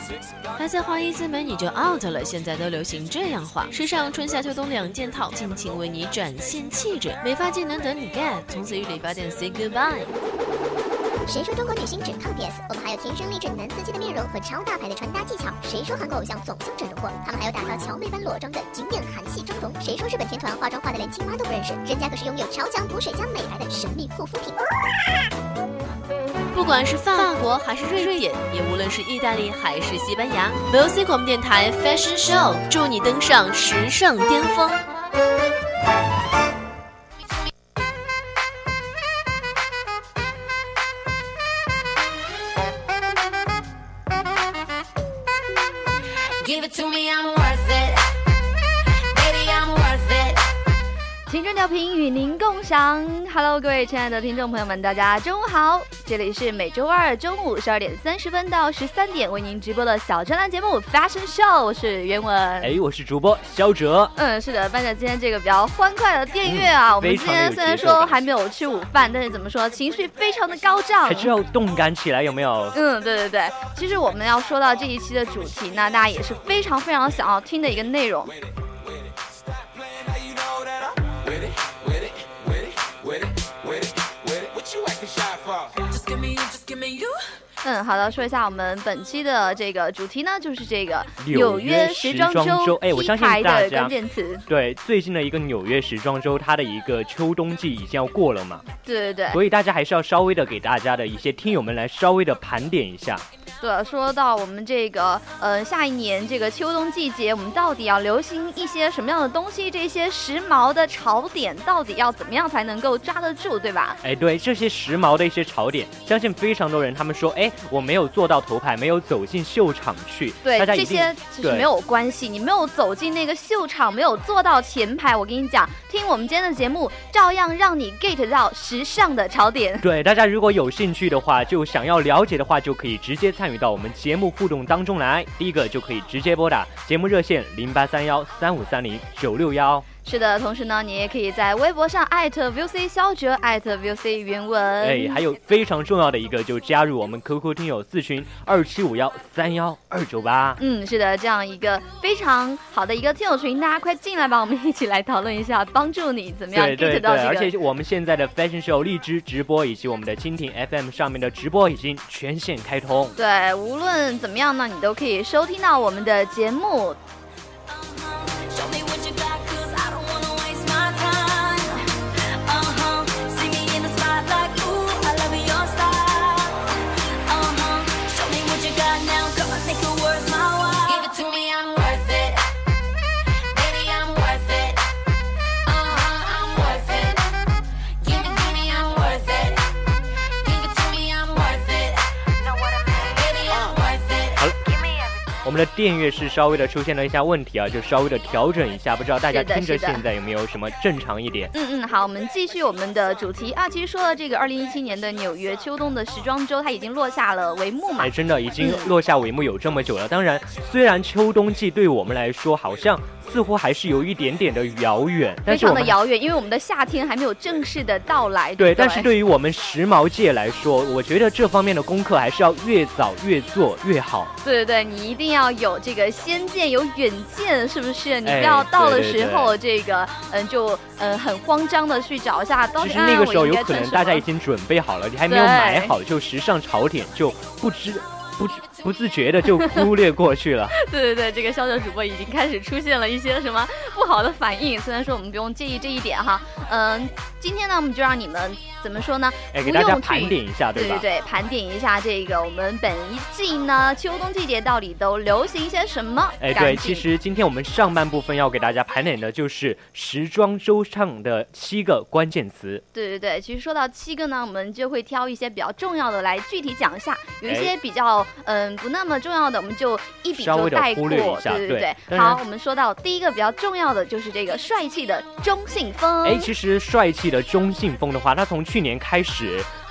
还在花一字眉你就 out 了，现在都流行这样话。时尚春夏秋冬2件套，尽情为你展现气质。美发技能等你 get， 从此与理发店 say goodbye。 谁说中国女性只靠 PS？ 我们还有天生丽质男子气的面容和超大牌的穿搭技巧。谁说韩国偶像总像整容过？他们还有打造乔妹般裸妆的惊艳韩系妆容。谁说日本天团化妆化的连青蛙都不认识？人家可是拥有超强补水加美白的神秘护肤品。 不管是法国还是瑞典，也无论是意大利还是西班牙 ，VOC 广播电台 Fashion Show 祝你登上时尚巅峰。 青春调频与您共享。Hello， 各位亲爱的听众朋友们，大家中午好！这里是每周二中午12点30分到13点为您直播的小专栏节目 Fashion Show， 我是袁文。 我是主播肖哲。 是的，伴着今天这个比较欢快的电乐啊，我们今天虽然说还没有吃午饭，但是怎么说，情绪非常的高涨， 还是要动感起来，有没有？ 对。其实我们要说到这一期的主题呢，大家也是非常非常想要听的一个内容。好的，说一下我们本期的这个主题呢，就是这个纽约时装周我相信大家的关键词。 对，最近的一个纽约时装周，它的一个秋冬季已经要过了嘛。 对， 所以大家还是要稍微的给大家的一些听友们来稍微的盘点一下。 对，说到我们这个下一年这个秋冬季节，我们到底要流行一些什么样的东西？这些时髦的潮点到底要怎么样才能够抓得住，对吧？ 对，这些时髦的一些潮点，相信非常多人他们说，我没有坐到头牌，没有走进秀场去。 对， 大家这些其实没有关系，你没有走进那个秀场，没有坐到前排，我跟你讲，听我们今天的节目，照样让你 get 到时尚的潮点。 对，大家如果有兴趣的话，就想要了解的话，就可以直接参与到我们节目互动当中来。第一个就可以直接拨打节目热线08313530-961。 是的，同时呢，你也可以在微博上@VOC 肖哲@VOC 原文。 还有非常重要的一个，就加入我们 QQ 听友4群2751312998。 是的，这样一个非常好的一个听友群，大家快进来吧，我们一起来讨论一下，帮助你怎么样 get 到这个。 而且我们现在的 Fashion Show 荔枝直播以及我们的蜻蜓 FM 上面的直播已经全线开通。 对，无论怎么样呢，你都可以收听到我们的节目。 我们的电乐是稍微的出现了一下问题啊，就稍微的调整一下，不知道大家听着现在有没有什么正常一点？ 好，我们继续我们的主题啊。其实说了这个2017年的纽约秋冬的时装周，它已经落下了帷幕嘛。 真的已经落下帷幕有这么久了。当然，虽然秋冬季对我们来说好像似乎还是有一点点的遥远， 非常的遥远，因为我们的夏天还没有正式的到来。 对，但是对于我们时髦界来说，我觉得这方面的功课还是要越早越做越好。 对，你一定要有这个先见有远见，是不是？你不要到的时候这个就很慌张的去找一下。 其实那个时候有可能大家已经准备好了，你还没有买好，就时尚潮点就不自觉的就忽略过去了。 对，这个肖哲主播已经开始出现了一些什么不好的反应，虽然说我们不用介意这一点哈。今天呢，我们就让你们怎么说呢？ 给大家盘点一下，对吧？ 对，盘点一下这个我们本一季呢秋冬季节到底都流行一些什么？ 对，其实今天我们上半部分要给大家盘点的就是时装周上的7个关键词。 对，其实说到7个呢，我们就会挑一些比较重要的来具体讲一下，有一些比较不那么重要的，我们就一笔就带过。 忽略一下。 对。好，我们说到第一个比较重要的就是这个帅气的中性风。 其实帅气的中性风的话，它从去年开始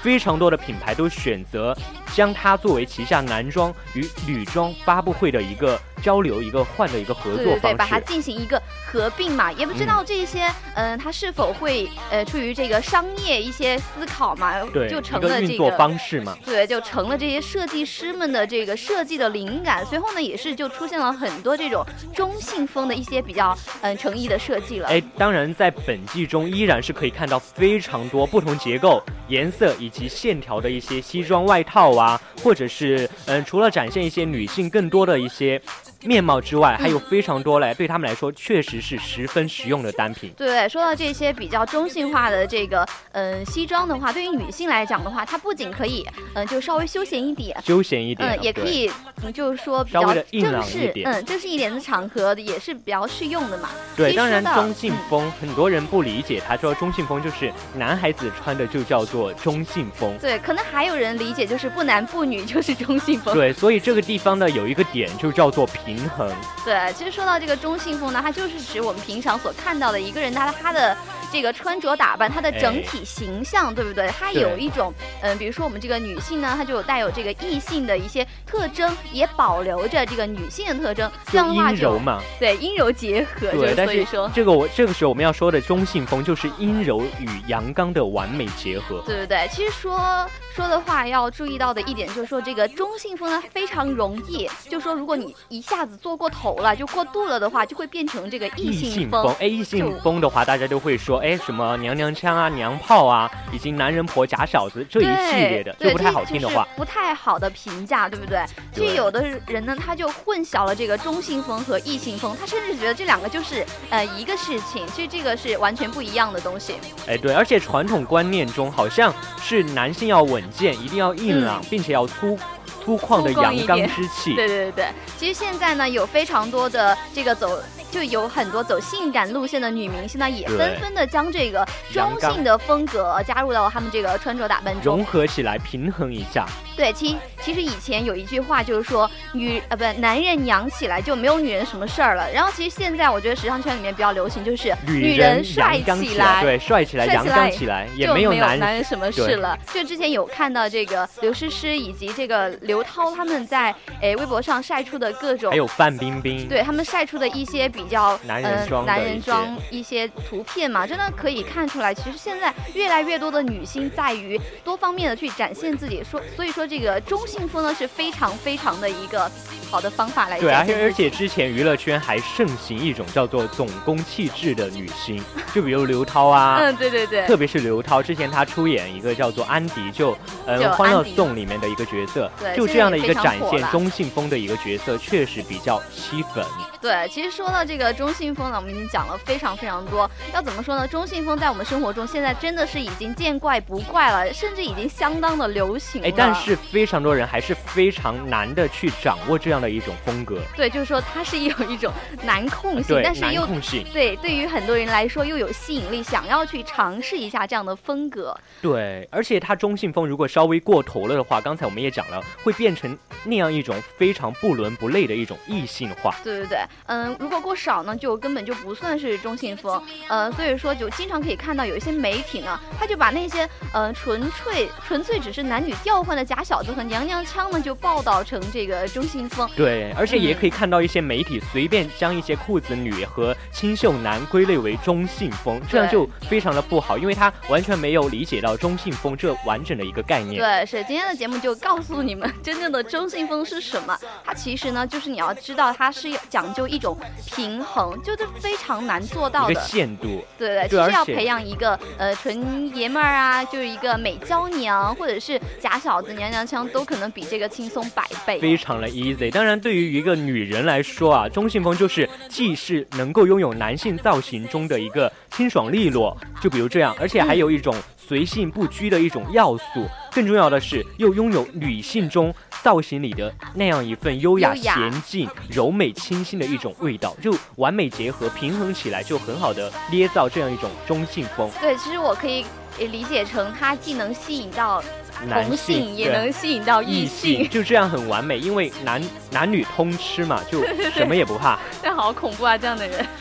非常多的品牌都选择将它作为旗下男装与女装发布会的一个交流、一个换的一个合作方式， 对，把它进行一个合并嘛。也不知道这些它是否会出于这个商业一些思考嘛， 对， 就成了这个运作方式嘛， 对，就成了这些设计师们的这个设计的灵感。随后呢，也是就出现了很多这种中性风的一些比较诚意的设计了。 当然在本季中依然是可以看到非常多不同结构、颜色以及线条的一些西装外套啊，或者是除了展现一些女性更多的一些面貌之外，还有非常多对他们来说确实是十分实用的单品。 对，说到这些比较中性化的这个西装的话，对于女性来讲的话，它不仅可以就稍微休闲一点，也可以就是说比较正式正式一点的场合也是比较适用的嘛。 对，当然中性风很多人不理解，他说中性风就是男孩子穿的就叫做中性风。 对，可能还有人理解就是不男不女就是中性风。 对，所以这个地方呢有一个点就叫做平衡。 对，其实说到这个中性风呢，它就是指我们平常所看到的一个人他的这个穿着打扮，它的整体形象，对不对？它有一种比如说我们这个女性呢，它就带有这个异性的一些特征，也保留着这个女性的特征，这样的话阴柔嘛， 对，阴柔结合。 对， 所以说这个时候我们要说的中性风就是阴柔与阳刚的完美结合。 对对对，其实说的话要注意到的一点就是说，这个中性风呢非常容易，就是说如果你一下子做过头了，就过度了的话，就会变成这个异性风。 异性风的话，大家都会说，什么娘娘腔啊、娘炮啊，以及男人婆假小子这一系列的，就不太好听的话， 就是不太好的评价，对不对？其实有的人呢，他就混淆了这个中性风和异性风，他甚至觉得这两个就是一个事情，其实这个是完全不一样的东西。 对，而且传统观念中好像是男性要稳健，一定要硬朗，并且要粗犷的阳刚之气。 对对对，其实现在呢有非常多的这个就有很多走性感路线的女明星呢，也纷纷的将这个中性的风格加入到他们这个穿着打扮中， 融合起来，平衡一下。 对，其实以前有一句话就是说男人娘起来就没有女人什么事儿了。然后其实现在我觉得时尚圈里面比较流行就是女人帅起来， 对，帅起来，阳刚起来，也没有男人什么事了。就之前有看到这个刘诗诗以及这个刘涛他们在微博上晒出的各种， 还有范冰冰， 对他们晒出的一些比较男人装一些图片嘛，真的可以看出来，其实现在越来越多的女星在于多方面的去展现自己，所以说这个中性风呢是非常非常的一个好的方法来展现。 对，而且之前娱乐圈还盛行一种叫做总攻气质的女星，就比如刘涛啊， 对对对， 特别是刘涛，之前她出演一个叫做安迪，就欢乐颂里面的一个角色，就这样的一个展现中性风的一个角色，确实比较吸粉。 对，其实说到这个中性风呢，我们已经讲了非常非常多。要怎么说呢？中性风在我们生活中现在真的是已经见怪不怪了，甚至已经相当的流行了。 但是非常多人还是非常难的去掌握这样的一种风格。 对，就是说它是有一种难控性，但是又对于很多人来说又有吸引力，想要去尝试一下这样的风格。 对，而且它中性风如果稍微过头了的话，刚才我们也讲了，会变成那样一种非常不伦不类的一种异性化。 对对对。如果过少呢，就根本就不算是中性风。所以说就经常可以看到有一些媒体呢，他就把那些纯粹只是男女调换的假小子和娘娘腔呢，就报道成这个中性风。 对，而且也可以看到一些媒体随便将一些裤子女和清秀男归类为中性风，这样就非常的不好，因为他完全没有理解到中性风这完整的一个概念。 对，是今天的节目就告诉你们真正的中性风是什么。它其实呢，就是你要知道它是讲究一种平衡，就是非常难做到的一个限度。 对，其实要培养一个纯爷们儿啊，就是一个美娇娘或者是假小子娘娘腔，都可能比这个轻松100倍， 非常的 easy。 当然对于一个女人来说啊，中性风就是既是能够拥有男性造型中的一个清爽利落，就比如这样，而且还有一种随性不拘的一种要素，更重要的是又拥有女性中造型里的那样一份优雅娴静、柔美清新的一种味道，就完美结合平衡起来，就很好的捏造这样一种中性风。 对，其实我可以理解成它既能吸引到同性也能吸引到异性， 就这样很完美，因为男女通吃嘛，就什么也不怕。 但好恐怖啊，这样的人。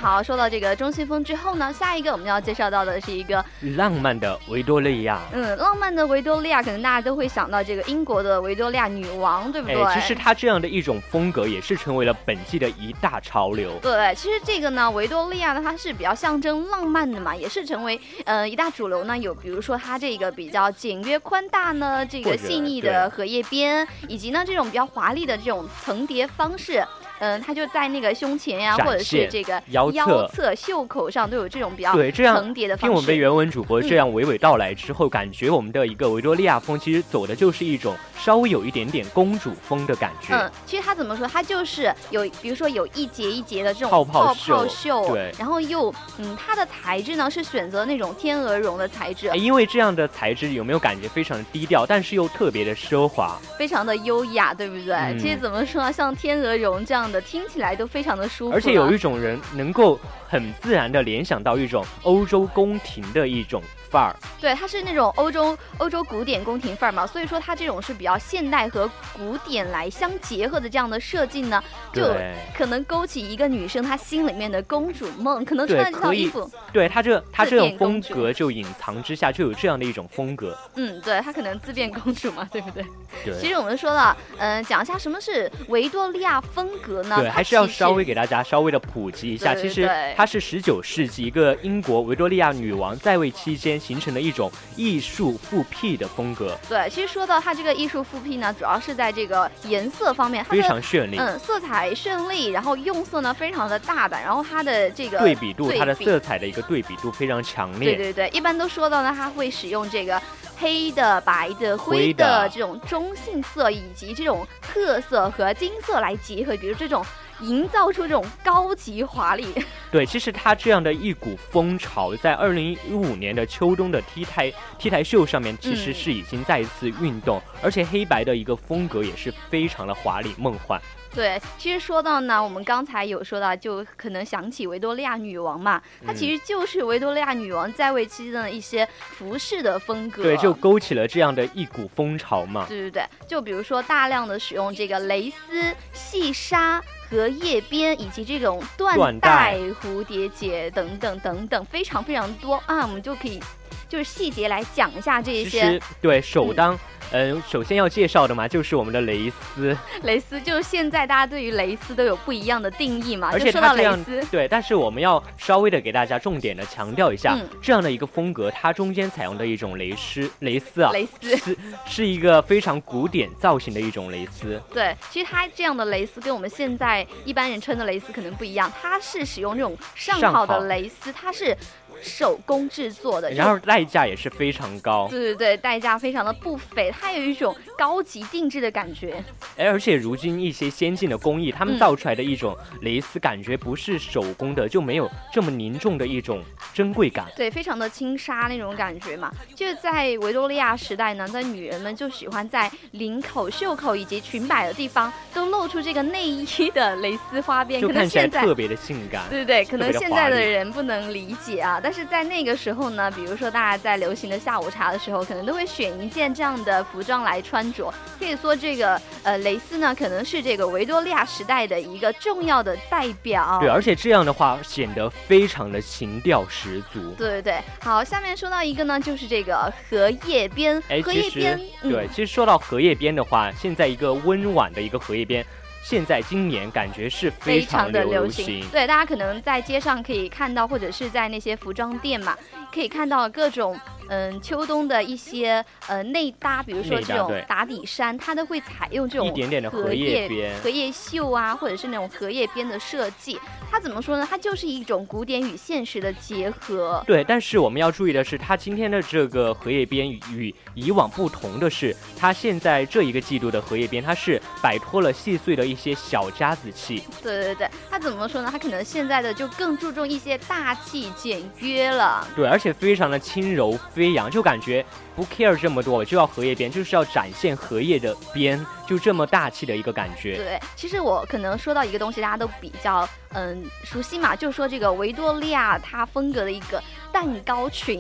好，说到这个中性风之后呢，下一个我们要介绍到的是一个浪漫的维多利亚。 浪漫的维多利亚，可能大家都会想到这个英国的维多利亚女王，对不对？ 其实她这样的一种风格也是成为了本季的一大潮流。 对，其实这个呢，维多利亚呢，它是比较象征浪漫的嘛，也是成为一大主流呢。有比如说它这个比较简约宽大呢，这个细腻的荷叶边，以及呢这种比较华丽的这种层叠方式。它就在那个胸前呀，或者是这个腰侧、袖口上都有这种比较层叠的方式。听我们的原文主播这样娓娓道来之后，感觉我们的一个维多利亚风其实走的就是一种稍微有一点点公主风的感觉。 其实它怎么说？它就是有，比如说有一节一节的这种泡泡袖， 对， 然后又它的材质呢是选择那种天鹅绒的材质。 因为这样的材质有没有感觉非常的低调，但是又特别的奢华， 非常的优雅，对不对？其实怎么说呢？像天鹅绒这样的听起来都非常的舒服， 而且有一种人能够很自然的联想到一种欧洲宫廷的一种范儿。 对，它是那种欧洲古典宫廷范儿嘛，所以说它这种是比较现代和古典来相结合的这样的设计呢，就可能勾起一个女生她心里面的公主梦，可能穿这套衣服。 对，它这种风格就隐藏之下就有这样的一种风格。 对，她可能自变公主嘛，对不对？ 对。 其实我们说了，讲一下什么是维多利亚风格呢？ 对，还是要稍微给大家稍微的普及一下。 对， 其实它是19世纪一个英国维多利亚女王在位期间形成的一种艺术复辟的风格。 对，其实说到它这个艺术复辟呢，主要是在这个颜色方面， 非常绚丽。 色彩绚丽，然后用色呢非常的大胆，然后它的这个对比度，它的色彩的一个对比度非常强烈。 对，一般都说到呢，它会使用这个黑的、白的、灰的这种中性色，以及这种褐色和金色来结合，比如这种营造出这种高级华丽。 对，其实它这样的一股风潮，在2015年的秋冬的 T 台秀上面，其实是已经再一次运动，而且黑白的一个风格也是非常的华丽梦幻。 对，其实说到呢，我们刚才有说到，就可能想起维多利亚女王嘛，它其实就是维多利亚女王在位期间的一些服饰的风格。 对，就勾起了这样的一股风潮嘛。 对，就比如说大量的使用这个蕾丝、细纱、荷叶边以及这种缎带、蝴蝶结等等，非常非常多啊，我们就可以就是细节来讲一下这一些。 其实对，首先要介绍的嘛，就是我们的蕾丝。 蕾丝就是现在大家对于蕾丝都有不一样的定义嘛， 而且它这样对， 但是我们要稍微的给大家重点的强调一下，这样的一个风格，它中间采用的一种蕾丝是一个非常古典造型的一种蕾丝。 对，其实它这样的蕾丝跟我们现在一般人称的蕾丝可能不一样，它是使用这种上好的蕾丝，它是手工制作的， 然后代价也是非常高。 对，代价非常的不菲，它有一种高级定制的感觉。 而且如今一些先进的工艺，他们造出来的一种蕾丝感觉不是手工的，就没有这么凝重的一种珍贵感。 对，非常的轻纱那种感觉嘛。就是在维多利亚时代呢，在女人们就喜欢在领口、袖口以及裙摆的地方都露出这个内衣的蕾丝花边， 就看起来特别的性感。 对，可能现在的人不能理解啊。但是在那个时候呢，比如说大家在流行的下午茶的时候，可能都会选一件这样的服装来穿着。可以说这个蕾丝呢，可能是这个维多利亚时代的一个重要的代表。 对，而且这样的话显得非常的情调十足。 对，好，下面说到一个呢，就是这个荷叶边。荷叶边， 对，其实说到荷叶边的话，现在一个温婉的一个荷叶边，现在今年感觉是非常的流行。 对，大家可能在街上可以看到，或者是在那些服装店嘛，可以看到各种秋冬的一些内搭，比如说这种打底衫，它都会采用这种一点点的荷叶边、 荷叶袖啊，或者是那种荷叶边的设计。它怎么说呢？它就是一种古典与现实的结合。 对，但是我们要注意的是，它今天的这个荷叶边与以往不同的是，它现在这一个季度的荷叶边，它是摆脱了细碎的一些小家子气。 对，它怎么说呢？它可能现在的就更注重一些大气简约了。 对，而且非常的轻柔飞扬，就感觉不 care 这么多，我就要荷叶边，就是要展现荷叶的边，就这么大气的一个感觉。 对，其实我可能说到一个东西，大家都比较熟悉嘛，就是说这个维多利亚它风格的一个蛋糕裙。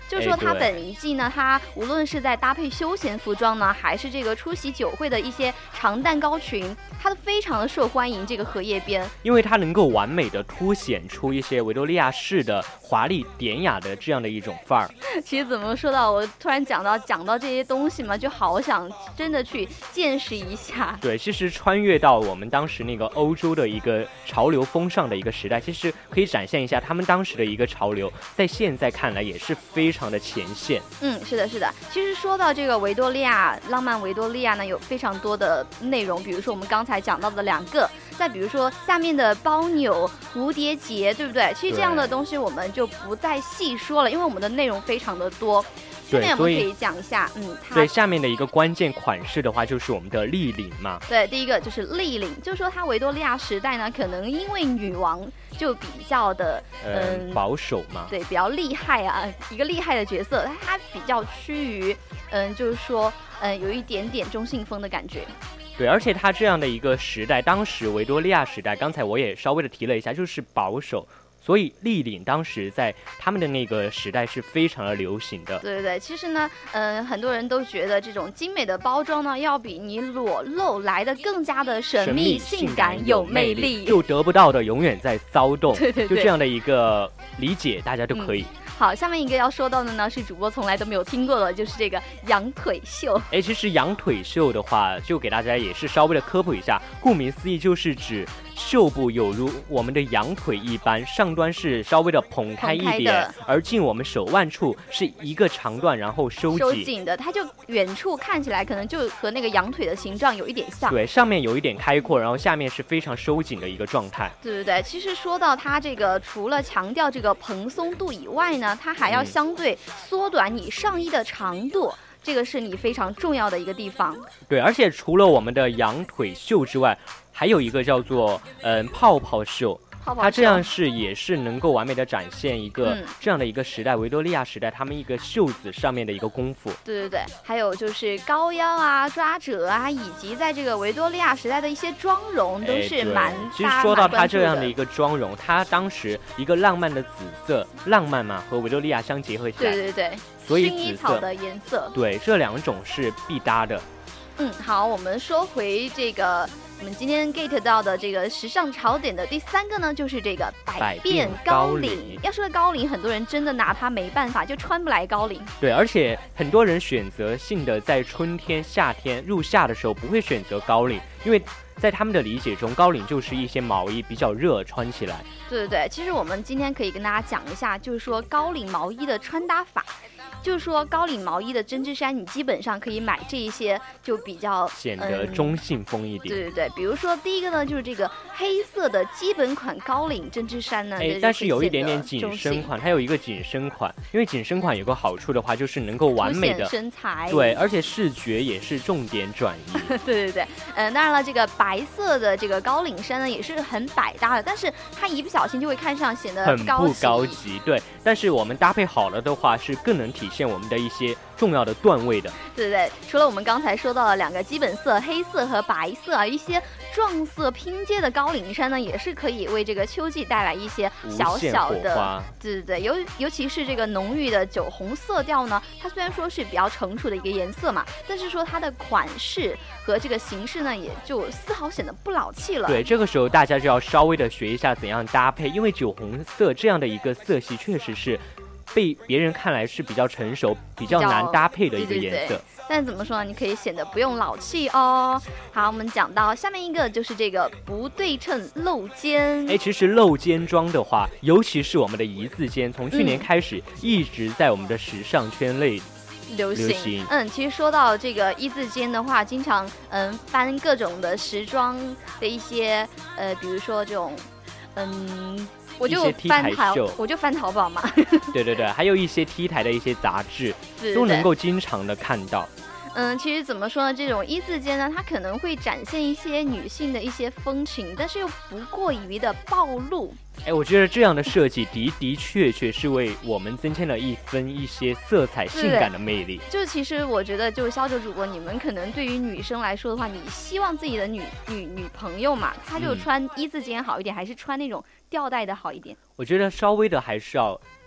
就说它本一季呢，它无论是在搭配休闲服装呢，还是这个出席酒会的一些长蛋糕裙，它都非常的受欢迎。这个荷叶边， 因为它能够完美的凸显出一些维多利亚式的华丽典雅的这样的一种范儿。 其实怎么说到，我突然讲到这些东西嘛，就好想真的去见识一下。 对，其实穿越到我们当时那个欧洲的一个潮流风尚的一个时代，其实可以展现一下他们当时的一个潮流，在现在看来也是非常的前线。 是的，是的。其实说到这个维多利亚，浪漫维多利亚呢，有非常多的内容，比如说我们刚才讲到的2个，再比如说下面的包纽、蝴蝶结，对不对？其实这样的东西我们就不再细说了，因为我们的内容非常的多。下面我们可以讲一下， 对，下面的一个关键款式的话，就是我们的立领嘛。 对，第一个就是立领，就是说它维多利亚时代呢，可能因为女王就比较的保守嘛， 对，比较厉害啊，一个厉害的角色，它比较趋于就是说有一点点中性风的感觉。 对，而且它这样的一个时代，当时维多利亚时代，刚才我也稍微的提了一下，就是保守。所以立领当时在他们的那个时代是非常的流行的。 对对对，其实呢，很多人都觉得这种精美的包装呢，要比你裸露来的更加的神秘、性感、有魅力。 就得不到的永远在骚动。 对对对， 就这样的一个理解，大家都可以。 好，下面一个要说到的呢，是主播从来都没有听过的，就是这个羊腿袖。 其实羊腿袖的话，就给大家也是稍微的科普一下，顾名思义就是指袖部有如我们的羊腿一般，上端是稍微的捧开一点，而近我们手腕处是一个长段，然后收紧的，它就远处看起来可能就和那个羊腿的形状有一点像。 对，上面有一点开阔，然后下面是非常收紧的一个状态。 对对对，其实说到它这个，除了强调这个蓬松度以外呢，它还要相对缩短你上衣的长度。这个是你非常重要的一个地方。 对，而且除了我们的羊腿袖之外，还有一个叫做泡泡袖。它这样也是能够完美的展现一个这样的一个时代，维多利亚时代他们一个袖子上面的一个功夫。 对对对，还有就是高腰啊、抓褶啊，以及在这个维多利亚时代的一些妆容都是蛮其实说到它这样的一个妆容，它当时一个浪漫的紫色，浪漫嘛和维多利亚相结合起来。 对对对， 所以薰衣草的颜色， 对，这2种是必搭的。 好，我们说回这个我们今天 get 到的这个时尚潮点的第3个呢，就是这个百变高领。要说高领，很多人真的拿它没办法，就穿不来高领。 对，而且很多人选择性的在春天、夏天入夏的时候不会选择高领，因为在他们的理解中，高领就是一些毛衣比较热，穿起来。 对对对，其实我们今天可以跟大家讲一下，就是说高领毛衣的穿搭法。就是说高领毛衣的针织衫，你基本上可以买这一些，就比较显得中性风一点。 对对对，比如说第一个呢，就是这个黑色的基本款高领针织衫呢， 但是有一点点紧身款，它有一个紧身款，因为紧身款有个好处的话，就是能够完美的身材， 对，而且视觉也是重点转移。 对对对，当然了，这个白色的这个高领衫呢，也是很百搭的，但是它一不小心就会看上显得很不高级。对，但是我们搭配好了的话，是更能体现我们的一些重要的段位的。 对对对，除了我们刚才说到的2个基本色，黑色和白色啊，一些撞色拼接的高领衫呢，也是可以为这个秋季带来一些小小的，对对对，尤其是这个浓郁的酒红色调呢，它虽然说是比较成熟的一个颜色嘛，但是说它的款式和这个形式呢，也就丝毫显得不老气了。 对，这个时候大家就要稍微的学一下怎样搭配，因为酒红色这样的一个色系确实是被别人看来是比较成熟、比较难搭配的一个颜色。 对对对，但怎么说呢？你可以显得不用老气哦。好，我们讲到下面一个就是这个不对称露肩。 其实露肩装的话，尤其是我们的一字肩，从去年开始一直在我们的时尚圈内流行。 其实说到这个一字肩的话，经常翻各种的时装的一些比如说这种我就翻淘宝嘛。 对对对，还有一些 T 台的一些杂志都能够经常的看到。 其实怎么说呢？这种一字肩呢，它可能会展现一些女性的一些风情，但是又不过于的暴露。 我觉得这样的设计的确是为我们增添了一些色彩性感的魅力。 就其实我觉得，就肖哲主播，你们可能对于女生来说的话，你希望自己的女朋友嘛，她就穿一字肩好一点，还是穿那种吊带的好一点？ 我觉得稍微的还是要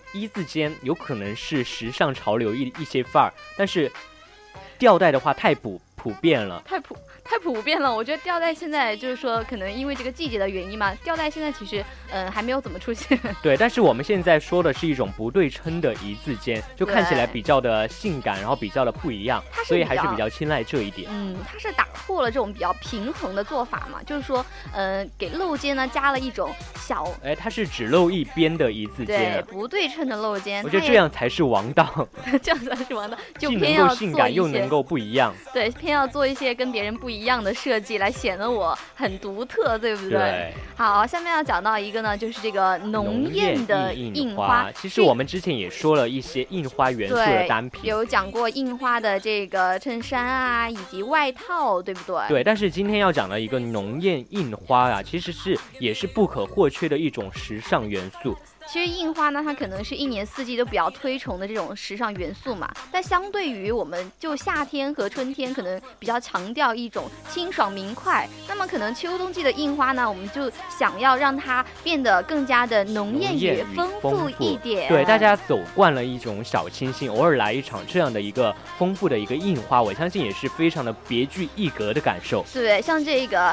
一字肩有可能是时尚潮流一些范儿，但是吊带的话太普遍了， 太普遍了。我觉得吊带现在就是说，可能因为这个季节的原因嘛，吊带现在其实还没有怎么出现。 对，但是我们现在说的是一种不对称的一字肩，就看起来比较的性感，然后比较的不一样，所以还是比较青睐这一点。 它是打破了这种比较平衡的做法嘛，就是说给露肩呢加了一种小， 它是只露一边的一字肩， 对，不对称的露肩。 我觉得这样才是王道， 这样才是王道，就既偏要能够性感又能够不一样。 对，偏要做一些跟别人不一样的设计，来显得我很独特，对不对？ 对。 好，下面要讲到一个呢，就是这个浓艳的印花。 其实我们之前也说了一些印花元素的单品， 有讲过印花的这个衬衫啊，以及外套，对不对？ 对，但是今天要讲的一个浓艳印花啊，其实也是不可或缺的一种时尚元素。 其实印花呢，它可能是一年四季都比较推崇的这种时尚元素嘛，但相对于我们就夏天和春天可能比较强调一种清爽明快，那么可能秋冬季的印花呢，我们就想要让它变得更加的浓艳与丰富一点。 对，大家走惯了一种小清新，偶尔来一场这样的一个丰富的一个印花，我相信也是非常的别具一格的感受。 对，像这个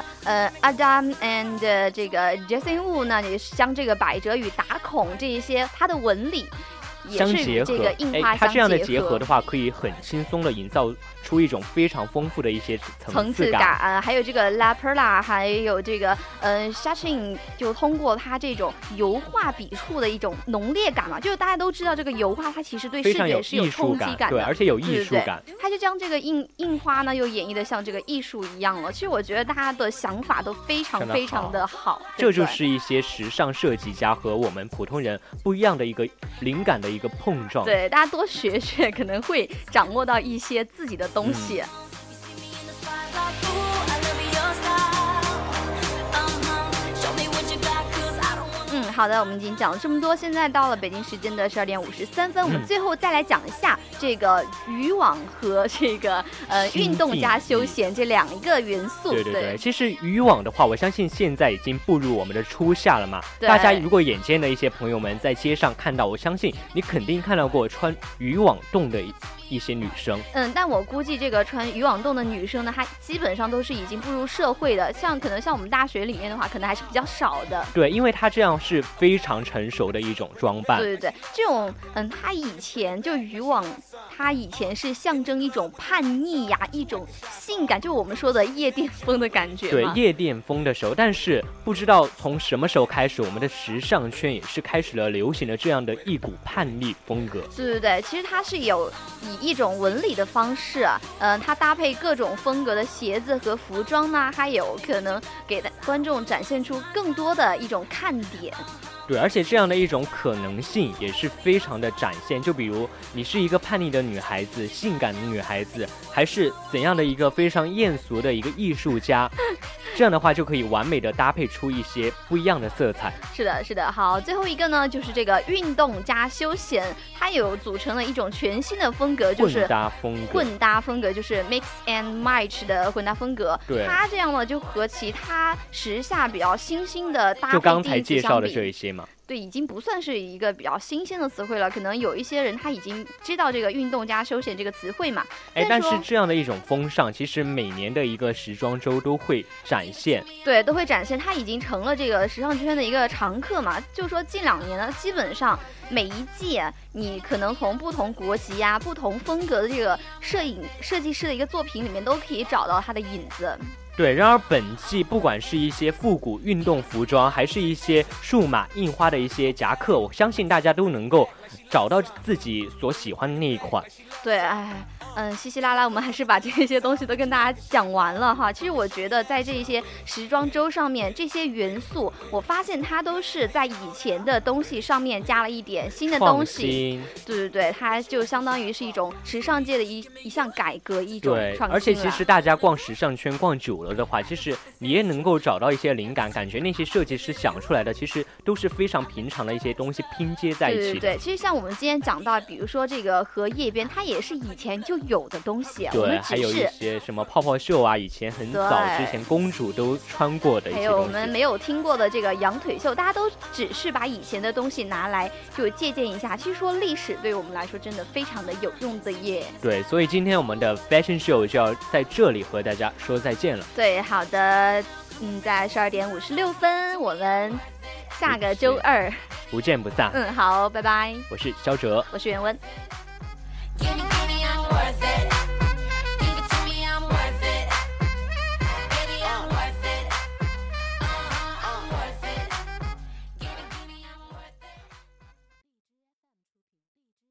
Adam and 这个 Jason Wu 呢，也是将这个百褶与打孔这一些它的纹理也是与这个印花相结合， 它这样的结合的话，可以很轻松的营造出一种非常丰富的一些层次感还有这个 La Perla， 还有这个Shashin， 就通过它这种油画笔触的一种浓烈感嘛，就是大家都知道这个油画它其实对视觉是有冲击感的， 对，而且有艺术感， 对，它就将这个印花呢又演绎的像这个艺术一样了。其实我觉得大家的想法都非常非常的好， 这就是一些时尚设计家和我们普通人不一样的一个灵感的一个碰撞。 对，大家多学学，可能会掌握到一些自己的东西。好的，我们已经讲了这么多，现在到了北京时间的12点53分，我们最后再来讲一下这个渔网和这个运动加休闲这两个元素。 对，其实渔网的话，我相信现在已经步入我们的初夏了嘛。大家如果眼尖的一些朋友们在街上看到，我相信你肯定看到过穿渔网洞的一些女生。 但我估计这个穿渔网洞的女生呢，她基本上都是已经步入社会的，可能像我们大学里面的话，可能还是比较少的。 对，因为她这样是非常成熟的一种装扮。 对，这种她以前就渔网，她以前是象征一种叛逆呀，一种性感，就我们说的夜店风的感觉。 对，夜店风的时候，但是不知道从什么时候开始，我们的时尚圈也是开始了流行的这样的一股叛逆风格。 对，其实它是以一种纹理的方式它搭配各种风格的鞋子和服装呢，还有可能给观众展现出更多的一种看点。 对，而且这样的一种可能性也是非常的展现。就比如你是一个叛逆的女孩子、性感的女孩子，还是怎样的一个非常艳俗的一个艺术家，这样的话就可以完美的搭配出一些不一样的色彩。 是的，好，最后一个呢，就是这个运动加休闲，它有组成了一种全新的风格，就是混搭风格，就是 mix and match 的混搭风格。 对， 它这样呢就和其他时下比较新兴的搭配， 就刚才介绍的这一些嘛。 对，已经不算是一个比较新鲜的词汇了，可能有一些人他已经知道这个运动加休闲这个词汇嘛。 但是这样的一种风尚，其实每年的一个时装周都会展现。 对，都会展现，它已经成了这个时尚圈的一个常客嘛。就说近2年呢，基本上每一季你可能从不同国籍呀、不同风格的这个设计师的一个作品里面都可以找到它的影子。 对，然而本季不管是一些复古运动服装，还是一些数码印花的一些夹克，我相信大家都能够找到自己所喜欢的那一款。 对，稀稀拉拉，我们还是把这些东西都跟大家讲完了哈。其实我觉得在这些时装周上面，这些元素，我发现它都是在以前的东西上面加了一点新的东西。对，它就相当于是一种时尚界的一项改革，一种创新。 而且其实大家逛时尚圈逛久了的话，其实你也能够找到一些灵感，感觉那些设计师想出来的其实都是非常平常的一些东西拼接在一起的。 对，其实像我们今天讲到，比如说这个荷叶边，它也是以前就有的东西，我对， 们还有一只是些什么泡泡袖啊，以前很早之前公主都穿过的一还有些东西。 我们没有听过的这个羊腿袖，大家都只是把以前的东西拿来就借鉴一下。其实说历史对我们来说真的非常的有用的耶。 对，所以今天我们的 Fashion Show 就要在这里和大家说再见了。 对，好的，在12点56分，我们下个周二不见不散。 好，拜拜。 我是肖哲， 我是袁文。